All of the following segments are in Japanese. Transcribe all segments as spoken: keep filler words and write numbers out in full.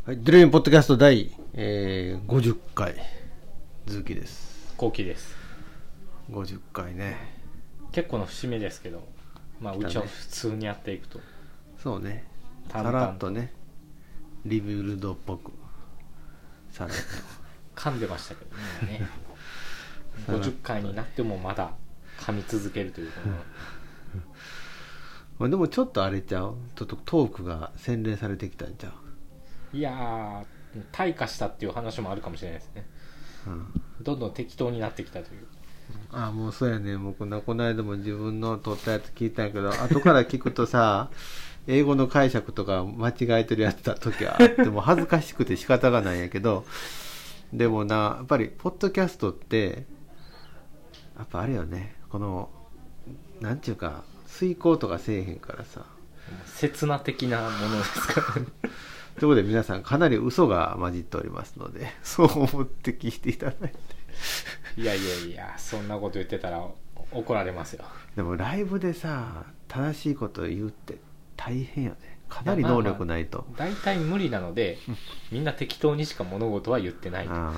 はい、ドリームポッドキャスト第、えー、ごじゅっかい続きです。 後期です。 ごじゅっかいね。 結構の節目ですけど、まあ、うちは普通にやっていくと、 そうね、 淡々 さらっとね、リビルドっぽくさらっと噛んでましたけどねごじゅっかいになってもまだ噛み続けるというこのまあでもちょっとあれちゃう、ちょっとトークが洗練されてきたんちゃう。 いやー退化したっていう話もあるかもしれないですね、うん、どんどん適当になってきたという。 ああ、もうそうやね。もうこのこの間も自分の撮ったやつ聞いたんやけど、後から聞くとさ英語の解釈とか間違えてるやつだ時はあっても恥ずかしくて仕方がないんやけど、でもな、やっぱりポッドキャストってやっぱあれよね、このなんちゅうか遂行とかせえへんからさ、 刹那的なものですからねということで皆さんかなり嘘が混じっておりますので、そう思って聞いていただいていやいやいや、そんなこと言ってたら怒られますよ。 でもライブでさ正しいことを言うって大変よね。かなり能力ないと。 まあまあ大体無理なのでみんな適当にしか物事は言ってないと。 あ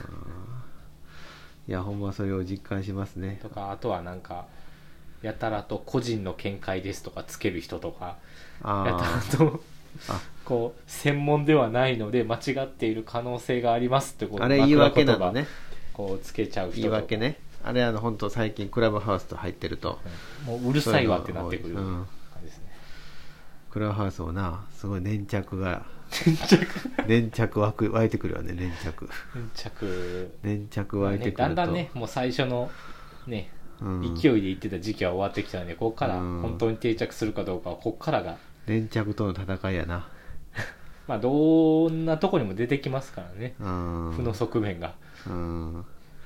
いやほんまそれを実感しますね。 とかあとはなんかやたらと個人の見解ですとかつける人とか、 あやたらとこう専門ではないので間違っている可能性がありますってこうあれ言い訳なのね。 こうつけちゃう人とか。 言い訳ね。あれあの本当最近クラブハウスと入ってると、 うん、もううるさいわってなってくる感じですね。 クラブハウスをなすごい粘着が粘着粘着湧く湧いてくるよね。粘着粘着粘着湧いてくると、 まあね、だんだんねもう最初のね、うん、勢いで言ってた時期は終わってきたので、ここから本当に定着するかどうかはここからが粘着との戦いやなまあどんなとこにも出てきますからね、負の側面が。うん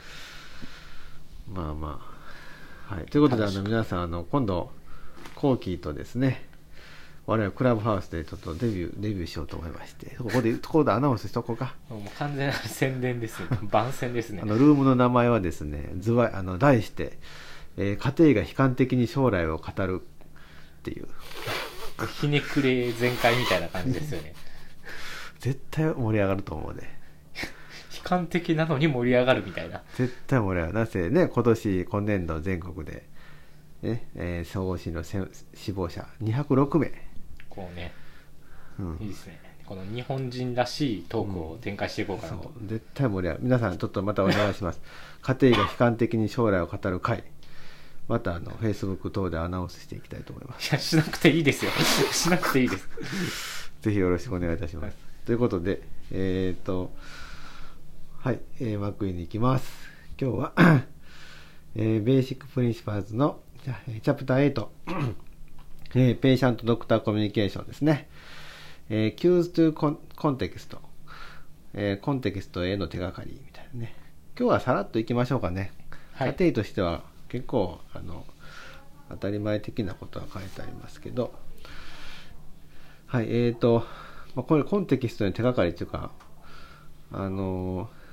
まあまあ、はい、ということであの皆さんあの今度コーキーとですね我々クラブハウスでちょっとデビューデビューしようと思いまして、ここでここでアナウンスしとこうか。 もう完全な宣伝ですね番宣ですね。 あのルームの名前はですねずわあの題して、えー、家庭が悲観的に将来を語るっていうひねくれ全開みたいな感じですよね絶対盛り上がると思うね悲観的なのに盛り上がるみたいな。絶対盛り上がる。なぜね、今年今年度全国で、ねえー、総合診療死亡者にひゃくろくめい。 こうね、うん、いいですね。この日本人らしいトークを展開していこうかなと、 うん、絶対盛り上がる。皆さんちょっとまたお願いします家庭が悲観的に将来を語る会、またあの Facebook 等でアナウンスしていきたいと思います。 いやしなくていいですよしなくていいですぜひよろしくお願いいたします、はい、ということでえっ、ー、とはい、えー、マックインに行きます。今日は、えー、ベーシックプリンシパルズのチャプターエイト、えー、ペイシャントドクターコミュニケーションですね。えー、Cues to Context、えー、コンテキストへの手がかりみたいなね。今日はさらっと行きましょうかね。はい、家庭としては結構あの当たり前的なことは書いてありますけど、はい、えーと、まあ、これコンテキストに手がかりっていうか、あのー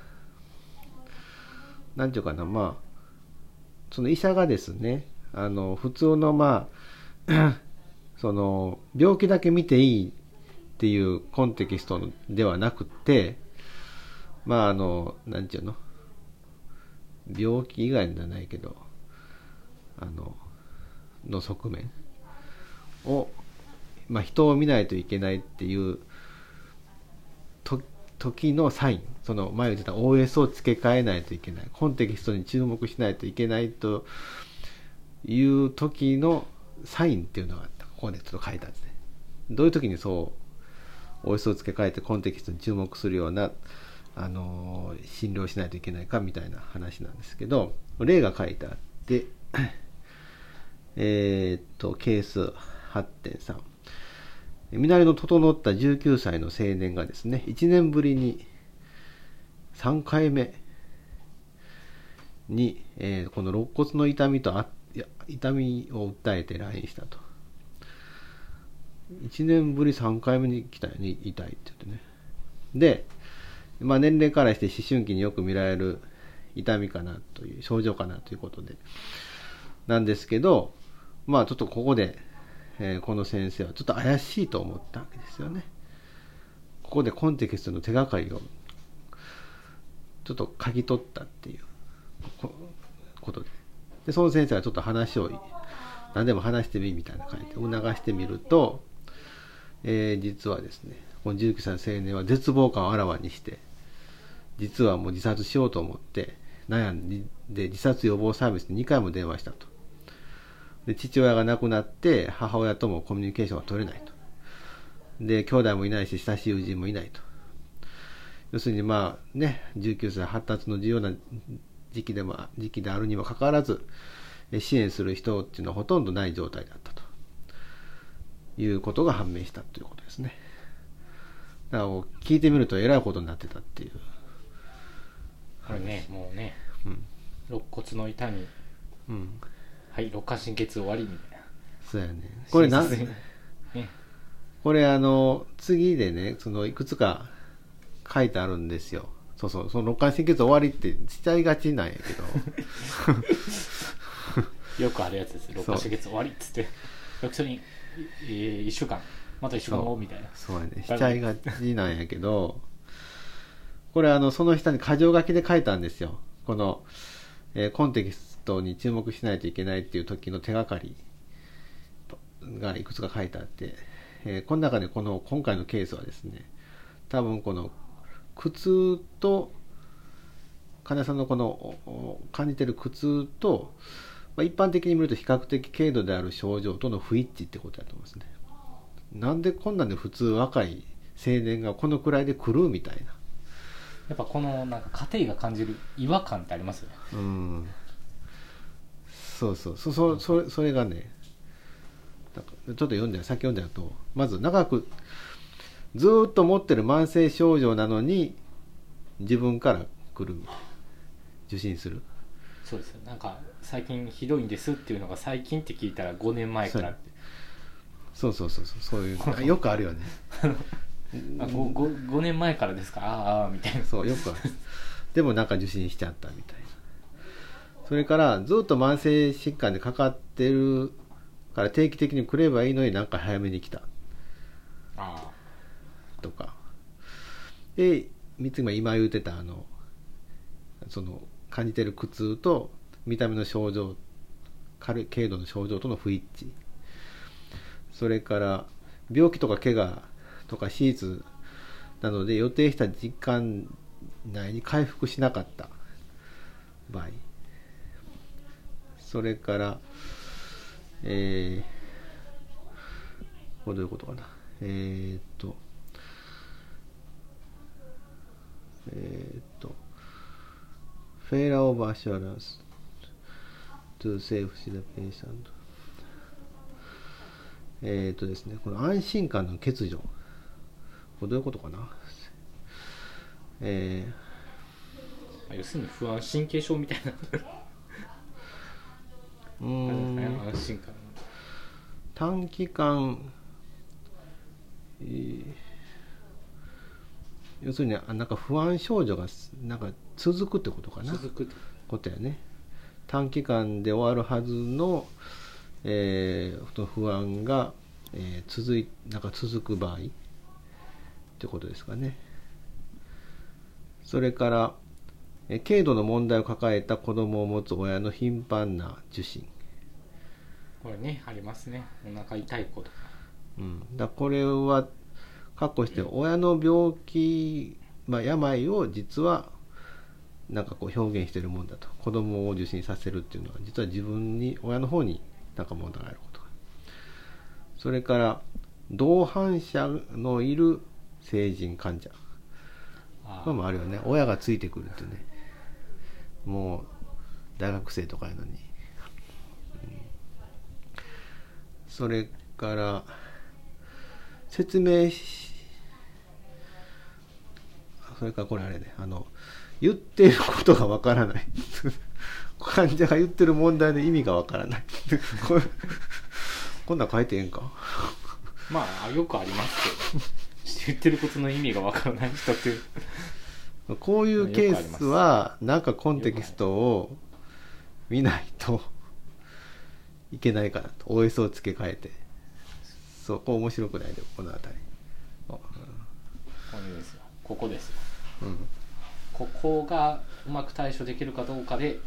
なんていうかな、まあその医者がですね、あの普通のまあその病気だけ見ていいっていうコンテキストではなくて、まああのなんていうの、病気以外じゃないけどあのの側面を、まあ人を見ないといけないっていうと時のサイン、その前言ってた オーエス を付け替えないといけない、コンテキストに注目しないといけないという時のサインっていうのがここでちょっと書いたんですね。どういう時にそう オーエス を付け替えてコンテキストに注目するようなあのー、診療しないといけないかみたいな話なんですけど、例が書いてあってえー、っとケース はちてんさん、身なりの整ったじゅうきゅうさいの青年がですね、いちねんぶりにさんかいめに、えー、この肋骨の痛みとあいや痛みを訴えて来院したと。いちねんぶりさんかいめに来たよね、痛いって言ってね。で、まあ、年齢からして思春期によく見られる痛みかなという症状かなということでなんですけど、まあちょっとここでえー、この先生はちょっと怪しいと思ったわけですよね。ここでコンテキストの手がかりをちょっと嗅ぎ取ったっていうことで、でその先生はちょっと話を何でも話してみみたいな感じで促してみると、えー、実はですね、このじゅうきゅうさいの青年は絶望感をあらわにして、実はもう自殺しようと思って悩んで自殺予防サービスににかいも電話したと。で父親が亡くなって母親ともコミュニケーションが取れないと。で兄弟もいないし親しい友人もいないと。要するにまあね、じゅうきゅうさい発達の重要な時期でも時期であるにもかかわらず支援する人っていうのはほとんどない状態だったということが判明したということですね。だから聞いてみるとえらいことになってたっていう。 これね、もうね、 うん、 肋骨の痛み、 うん、 はい肋間神経痛終わりみたいな。 そうやね。これな、 ね、 これあの次でね、そのいくつか書いてあるんですよ。そうそう、その肋間神経痛終わりってしちゃいがちなんやけどよくあるやつです。肋間神経痛終わりっつって役所に、えー、いっしゅうかんまたいっしゅうかん後みたいな。 そうやね、しちゃいがちなんやけどこれあのその下に箇条書きで書いたんですよ。この、えー、コンテキストに注目しないといけないっていう時の手がかりがいくつか書いてあって、えー、この中でこの今回のケースはですね、多分この苦痛と患者さんのこの感じてる苦痛と、まあ、一般的に見ると比較的軽度である症状との不一致ってことだと思いますね。なんでこんなんで普通若い青年がこのくらいで来るみたいな、 やっぱこのなんか家庭が感じる違和感ってありますよね。 うん、そうそうそそそれそれがね、ちょっと読んで先読んでると、まず長くずっと持ってる慢性症状なのに自分から来るみたいな、受診する。 そうですよ。なんか最近ひどいんですっていうのが最近って聞いたらごねんまえからって。 そうそうそうそうそういうよくあるよね。 あ 5, 5, ごねんまえからですか、ああみたいな。 そうよくある。でもなんか受診しちゃったみたいな。それからずっと慢性疾患でかかってるから定期的に来ればいいのになんか早めに来たあとかで、みっつ目今言ってたあのその感じてる苦痛と見た目の症状、軽度の症状との不一致、それから病気とか怪我とか手術などで予定した時間内に回復しなかった場合、それからえー、これどういうことかな、えーっとえーっとfailure of assurance to safety the patient、 えーっとですね、この安心感の欠如、これどういうことかな、えあ、要するに不安神経症みたいな。 ー、うーん安心感。 短期間、えー要するになんか不安症状がなんか続くってことかな、 続くってことやね。短期間で終わるはずの、えー、不安が、えー、続いなんか続く場合ってことですかね。それから、えー、軽度の問題を抱えた子供を持つ親の頻繁な受診、 これねありますね。お腹痛い子とか、 うん、だこれは確保して親の病気、まあ、病を実はなんかこう表現しているもんだと、子供を受診させるっていうのは実は自分に親の方になんか問題があることが、それから同伴者のいる成人患者、これもあるよね。親がついてくるってね、もう大学生とかやのに、うん、それから説明しそれからこれあれね、あの言っていることがわからない患者が言ってる問題の意味がわからないこれこんなん書いてええんかまあよくありますけど言ってることの意味がわからない人ってこういうケースはなんかコンテキストを見ないといけないかなと、 オーエス を付け替えて、そうこう面白くないでこのあたり、 こういうここですよ、 うん、 ここがうまく対処できるかどうかで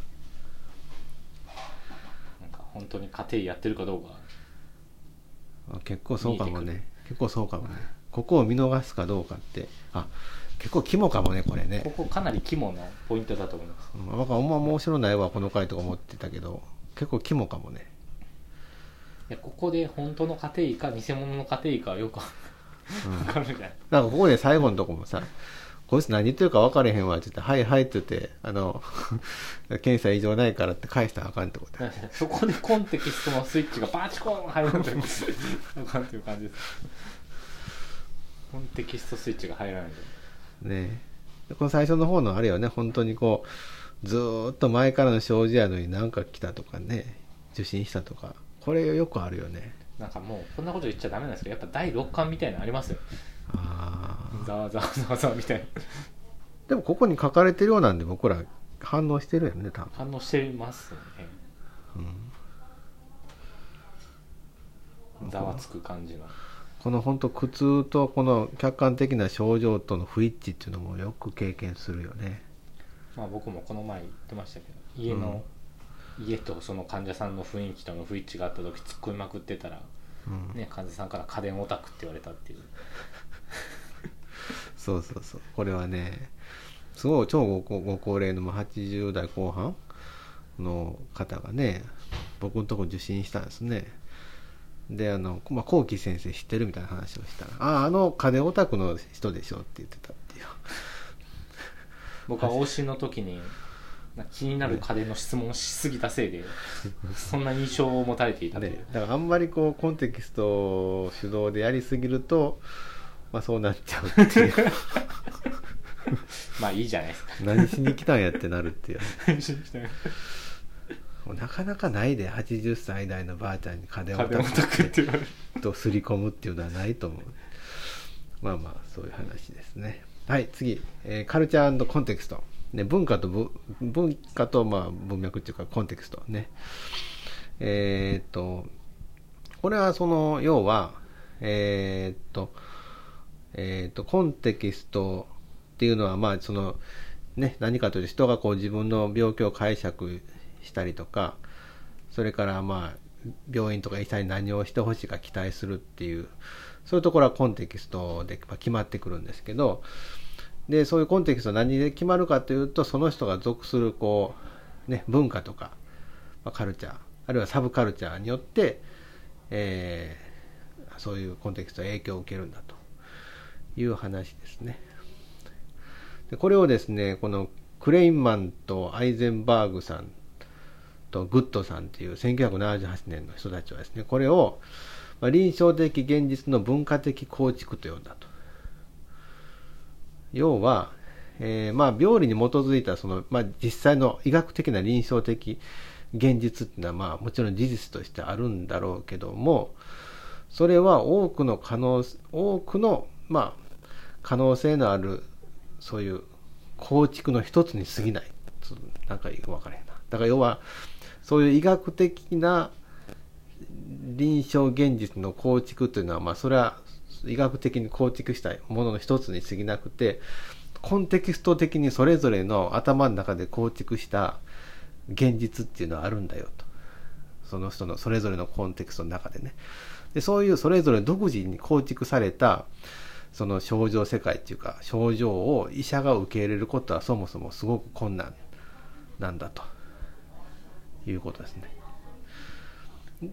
なんか本当に家庭やってるかどうかあ結構そうかもね結構そうかもねここを見逃すかどうかってあ結構肝かもねこれねここかなり肝のポイントだと思います、 うん、なんかあんま面白ないわこの回とか思ってたけど結構肝かもねいやここで本当の家庭医か偽物の家庭医かはよくわかるじゃない、 うん、なんかここで最後のとこもさこいつ何言ってるか分かれへんわって言ってはいはいって言ってあの検査異常ないからって返したらあかんってことだそこでコンテキストのスイッチがバチコーン入るんであかんっていう感じですコンテキストスイッチが入らないんでねえこの最初の方のあれよね本当にこうずーっと前からの症状やのに何か来たとかね受診したとかこれよくあるよねなんかもうこんなこと言っちゃダメなんですけどやっぱだいろっかんみたいなのありますよあざわざわざわざわみたいなでもここに書かれてるようなんで僕ら反応してるよね多分反応してますね、うん、ざわつく感じのこの本当苦痛とこの客観的な症状との不一致っていうのもよく経験するよねまあ僕もこの前言ってましたけど家の、うん、家とその患者さんの雰囲気との不一致があった時突っ込みまくってたら、うんね、患者さんから家電オタクって言われたっていうそうそうそうこれはねすごい超ごご高齢のはちじゅう代後半の方がね僕のとこ受診したんですねであの、まあ、幸喜先生知ってるみたいな話をしたらあああの家電オタクの人でしょって言ってたっていう僕は往診の時に気になる家電の質問をしすぎたせいでそんな印象を持たれていたという、 ね、だからあんまりこうコンテキストを手動でやりすぎるとまあそうなっちゃうっていうまあいいじゃないですか何しに来たんやってなるっていうなかなかないではちじゅっさい代のばあちゃんに家電オタクってとすり込むっていうのはないと思うまあまあそういう話ですねはい次、えー、カルチャー&コンテキスト、ね、文化と文化とまあ文脈っていうかコンテキストねえー、っとこれはその要はえー、っとえー、っとコンテキストっていうのはまあそのね何かというと人がこう自分の病気を解釈したりとかそれからまあ病院とか医者に何をしてほしいか期待するっていうそういうところはコンテキストで決まってくるんですけどでそういうコンテキストは何で決まるかというとその人が属するこう、ね、文化とか、まあ、カルチャーあるいはサブカルチャーによって、えー、そういうコンテキストは影響を受けるんだという話ですね。でこれをですねこのクレインマンとアイゼンバーグさんとグッドさんっていうせんきゅうひゃくななじゅうはちねんの人たちはですねこれを臨床的現実の文化的構築と呼んだと要は、えー、まあ病理に基づいたその、まあ、実際の医学的な臨床的現実っていうのはまあもちろん事実としてあるんだろうけどもそれは多くの可能多くのまあ可能性のあるそういう構築の一つに過ぎないなんかよく分からへんなだから要はそういう医学的な臨床現実の構築というのはまあそれは医学的に構築したいものの一つに過ぎなくてコンテキスト的にそれぞれの頭の中で構築した現実っていうのはあるんだよとその人のそれぞれのコンテクストの中でねでそういうそれぞれ独自に構築されたその症状世界っていうか症状を医者が受け入れることはそもそもすごく困難なんだということですね。うん。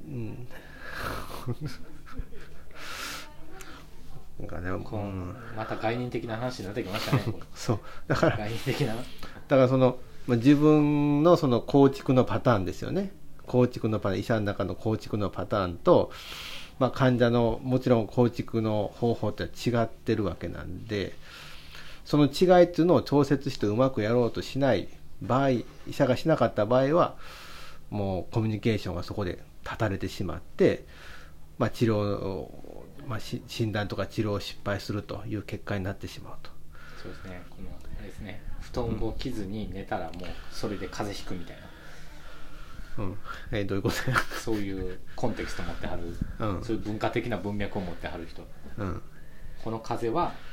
なんかね、 こう、うん、また概念的な話になってきましたね。 そうだから概念的な。だからその自分のその構築のパターンですよね。構築のパターン医者の中の構築のパターンと。まあ、患者のもちろん構築の方法って違ってるわけなんでその違いっていうのを調節してうまくやろうとしない場合医者がしなかった場合はもうコミュニケーションがそこで断たれてしまって、まあ、治療、まあ、診断とか治療を失敗するという結果になってしまうとそうですねこのあれですね布団を着ずに寝たらもうそれで風邪ひくみたいなうんえー、どういうことやそういうコンテクスト持ってはる、うん、そういう文化的な文脈を持ってはる人、 うん、 この風邪は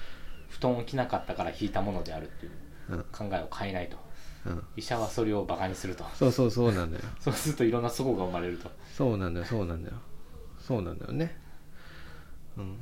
布団を着なかったから引いたものであるっていう考えを変えないと、うん、医者はそれをバカにすると。 そうそうそうなんだよそうするといろんな齟齬が生まれると。 そうなんだよそうなんだよそうなんだよね。うんうん、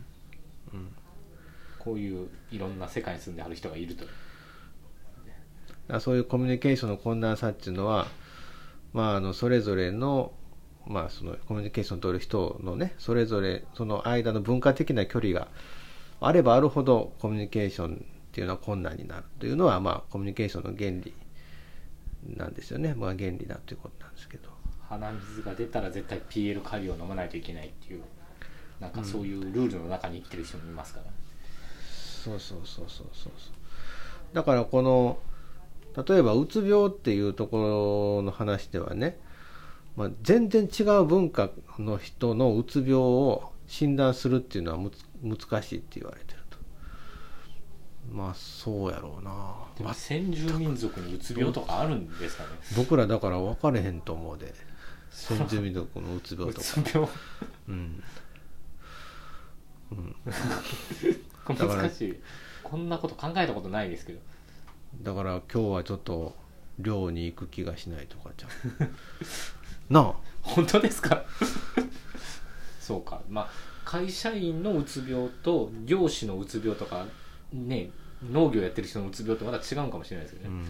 こういういろんな世界に住んである人がいると。 だそういうコミュニケーションの困難さっていうのは、まあ、あのそれぞれの、まあ、そのコミュニケーションを取る人のねそれぞれその間の文化的な距離があればあるほどコミュニケーションっていうのは困難になるというのは、まあ、コミュニケーションの原理なんですよね。まあ、原理だということなんですけど、 鼻水が出たら絶対 ピーエル カリを飲まないといけないっていうなんかそういうルールの中に生きてる人もいますから、ね、 うん、そうそうそうそうそうだからこの例えばうつ病っていうところの話ではね、まあ、全然違う文化の人のうつ病を診断するっていうのはむつ難しいって言われてると。まあそうやろうな。 でも先住民族にうつ病とかあるんですかね。 僕らだから分かれへんと思うで、先住民族のうつ病とか。 うつ病うんうん、 難しい。こんなこと考えたことないですけど。 だから今日はちょっと寮に行く気がしないとかじゃんなあ。 本当ですか。そうか。まあ会社員のうつ病と漁師のうつ病とかね、農業やってる人のうつ病とまた違うかもしれないですよね。 うんうんうん、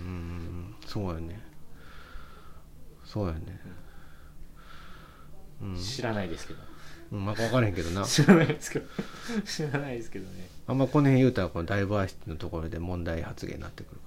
そうやねそうやね、 うん、知らないですけど、 うん、まあ分からへんけどな。 知らないですけど知らないですけどね。 あんまこの辺言うたらこのダイバーシティのところで問題発言になってくるから。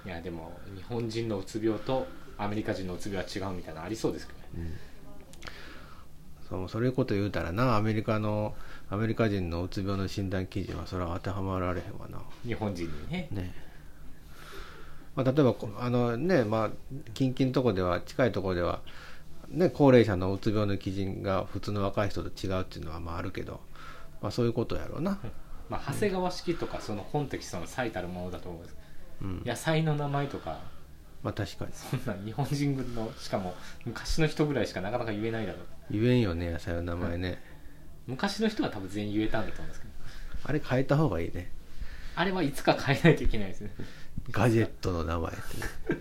いやでも日本人のうつ病とアメリカ人のうつ病は違うみたいなのありそうですけどね、うん、 そうそういうこと言うたらな、アメリカのアメリカ人のうつ病の診断基準はそれは当てはまられへんわな、 日本人にね。 ね、まあ、例えばあのね、まあ近々のところでは近いところではね、高齢者のうつ病の基準が普通の若い人と違うっていうのはまああるけど、まあ、そういうことやろうな、 まあ、長谷川式とかその本的その最たるものだと思うんです、うん、野菜の名前とか、 まあ確かにそんな日本人軍のしかも昔の人ぐらいしかなかなか言えないだろう。 言えんよね野菜の名前ね、 うん、昔の人は多分全員言えたんだと思うんですけど、 あれ変えた方がいいね。 あれはいつか変えないといけないですね。 ガジェットの名前ってね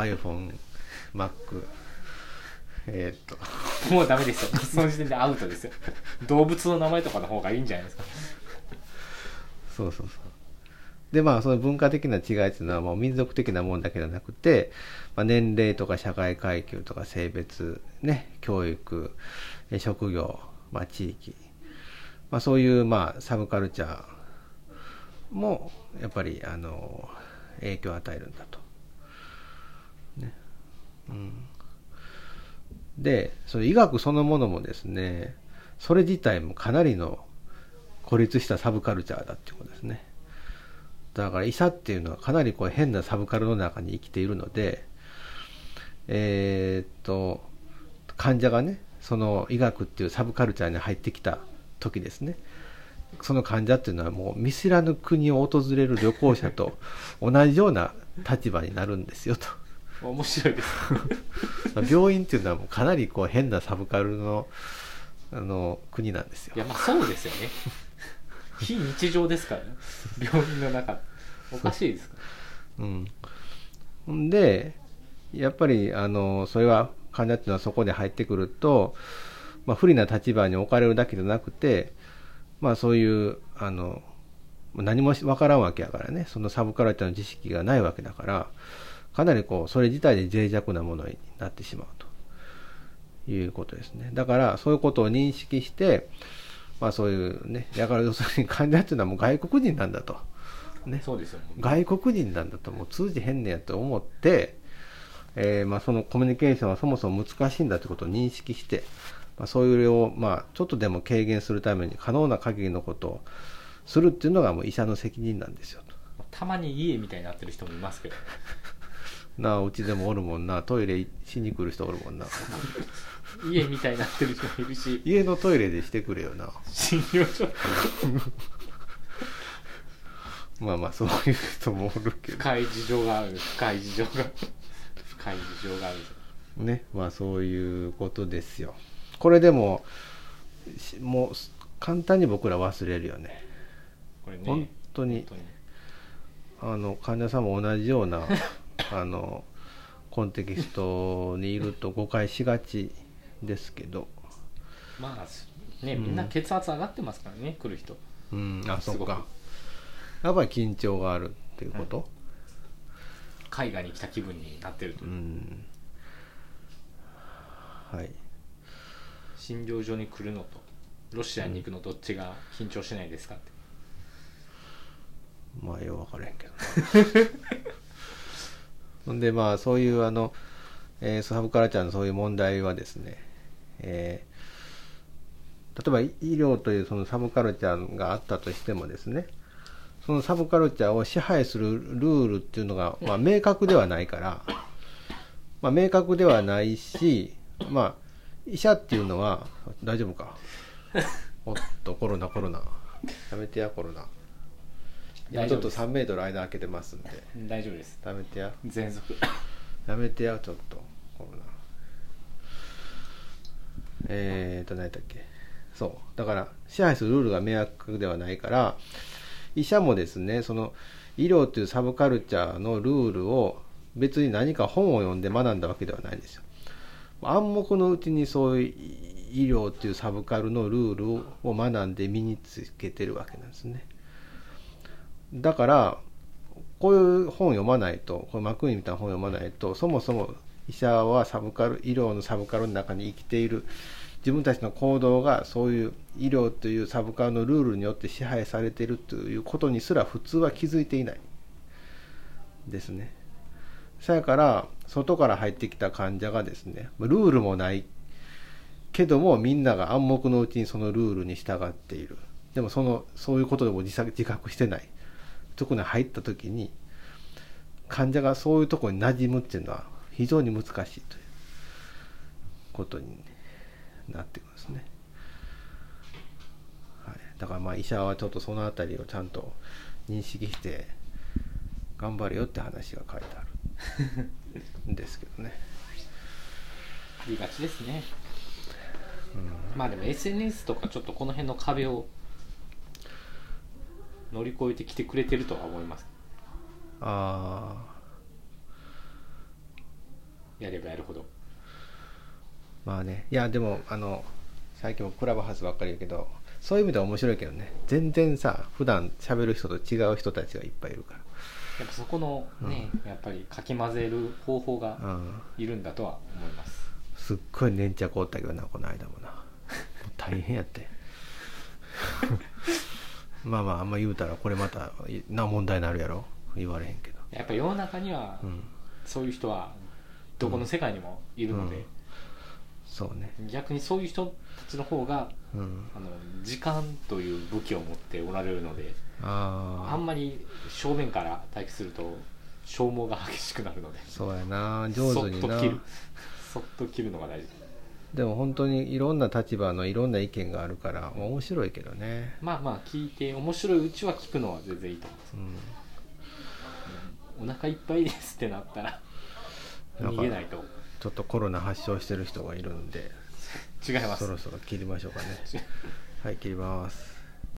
iPhone、Mac、えー、っともうダメですよ、その時点でアウトですよ。動物の名前とかの方がいいんじゃないですか。 そうそうそう。でまあその文化的な違いっていうのはもう民族的なものだけじゃなくて、まあ、年齢とか社会階級とか性別ね、教育、職業、まあ、地域、まあ、そういうまあサブカルチャーもやっぱりあの影響を与えるんだと、ね、うん、でその医学そのものもですね、それ自体もかなりの孤立したサブカルチャーだっていうことですね。だから医者っていうのはかなりこう変なサブカルの中に生きているので、えー、っと患者がねその医学っていうサブカルチャーに入ってきた時ですね、その患者っていうのはもう見知らぬ国を訪れる旅行者と同じような立場になるんですよと。 面白いです病院っていうのはもうかなりこう変なサブカルの、あの国なんですよ。 いやまあそうですよね。非日常ですからね、病院の中。おかしいですか。 うん。でやっぱりあのそれは患者っていうのはそこで入ってくると、まあ、不利な立場に置かれるだけじゃなくて、まあ、そういうあの何も分からんわけやからね、そのサブカルチャーの知識がないわけだから、かなりこうそれ自体で脆弱なものになってしまうということですね。だからそういうことを認識して、まあ、そういうね、だから要するに患者っていうのはもう外国人なんだと、ね、 そうですよね、 外国人なんだともう通じへんねやと思って、えーまあ、そのコミュニケーションはそもそも難しいんだということを認識して、まあ、そういうのを、まあ、ちょっとでも軽減するために可能な限りのことをするっていうのがもう医者の責任なんですよと。 たまに家みたいになってる人もいますけどなあ、うちでもおるもんな、トイレしに来る人おるもんな家みたいになってる人もいるし、 家のトイレでしてくれよな診療所まあまあそういう人もおるけど、 深い事情がある、深い事情が深い事情があるね。まあそういうことですよ。これでももう簡単に僕ら忘れるよね。 これね、 本当にあの患者さんも同じようなあのコンテキストにいると誤解しがちですけど、 まあね、みんな血圧上がってますからね、うん、来る人。 うん、あ、そっか。やっぱり緊張があるっていうこと、うん、 海外に来た気分になってるという、うん、 はい。 診療所に来るのとロシアに行くのどっちが緊張しないですかって、 うん、まあよく分からへんけどほんでまあそういうあの、えー、サブカルチャーのそういう問題はですね、えー、例えば医療というそのサブカルチャーがあったとしてもですね、そのサブカルチャーを支配するルールっていうのが、まあ、明確ではないから、まあ、明確ではないし、まあ医者っていうのは大丈夫かおっとコロナコロナやめてやコロナ、今ちょっとさんメートル間開けてますんで大丈夫です。 やめてや全速やめてやちょっとコロナ、えーと何やったっけ、そうだから支配するルールが明確ではないから、医者もですね、その医療というサブカルチャーのルールを別に何か本を読んで学んだわけではないんですよ。暗黙のうちにそういう医療というサブカルのルールを学んで身につけてるわけなんですね。だからこういう本を読まないと、これマクイーンみたいな本を読まないと、そもそも医者はサブカル、医療のサブカルの中に生きている、自分たちの行動がそういう医療というサブカルのルールによって支配されているということにすら普通は気づいていないですね。そやから外から入ってきた患者がですね、ルールもないけどもみんなが暗黙のうちにそのルールに従っている。でもそのそういうことでも自覚してないところに入った時に、患者がそういうところに馴染むっていうのは非常に難しいということになってくるんですね。はい、だからまあ医者はちょっとそのあたりをちゃんと認識して頑張れよって話が書いてあるんですけどね。 ありがちですね。うん、まあでも エスエヌエス とかちょっとこの辺の壁を乗り越えてきてくれてるとは思います。 ああ。 やればやるほど。 まあね、いやでもあの最近もクラブハウスばっかり言うけど、そういう意味では面白いけどね、全然さ普段喋る人と違う人たちがいっぱいいるから、 やっぱそこのね、うん、やっぱりかき混ぜる方法がいるんだとは思います。 うん、すっごい粘着おったけどな、この間もな、もう大変やってまあまああんま言うたらこれまたな問題になるやろ、言われへんけど、 やっぱ世の中には、うん、そういう人はどこの世界にもいるので、うんうん、 そうね、 逆にそういう人たちの方が、うん、あの時間という武器を持っておられるので、あ, あんまり正面から対決すると消耗が激しくなるので、 そうやな、上手にな、 そっと切るそっと切るのが大事。 でも本当にいろんな立場のいろんな意見があるから面白いけどね。 まあまあ聞いて面白いうちは聞くのは全然いいと思います、うん、お腹いっぱいですってなったら逃げないと。 ちょっとコロナ発症してる人がいるんで違います、 そろそろ切りましょうかねはい、切ります。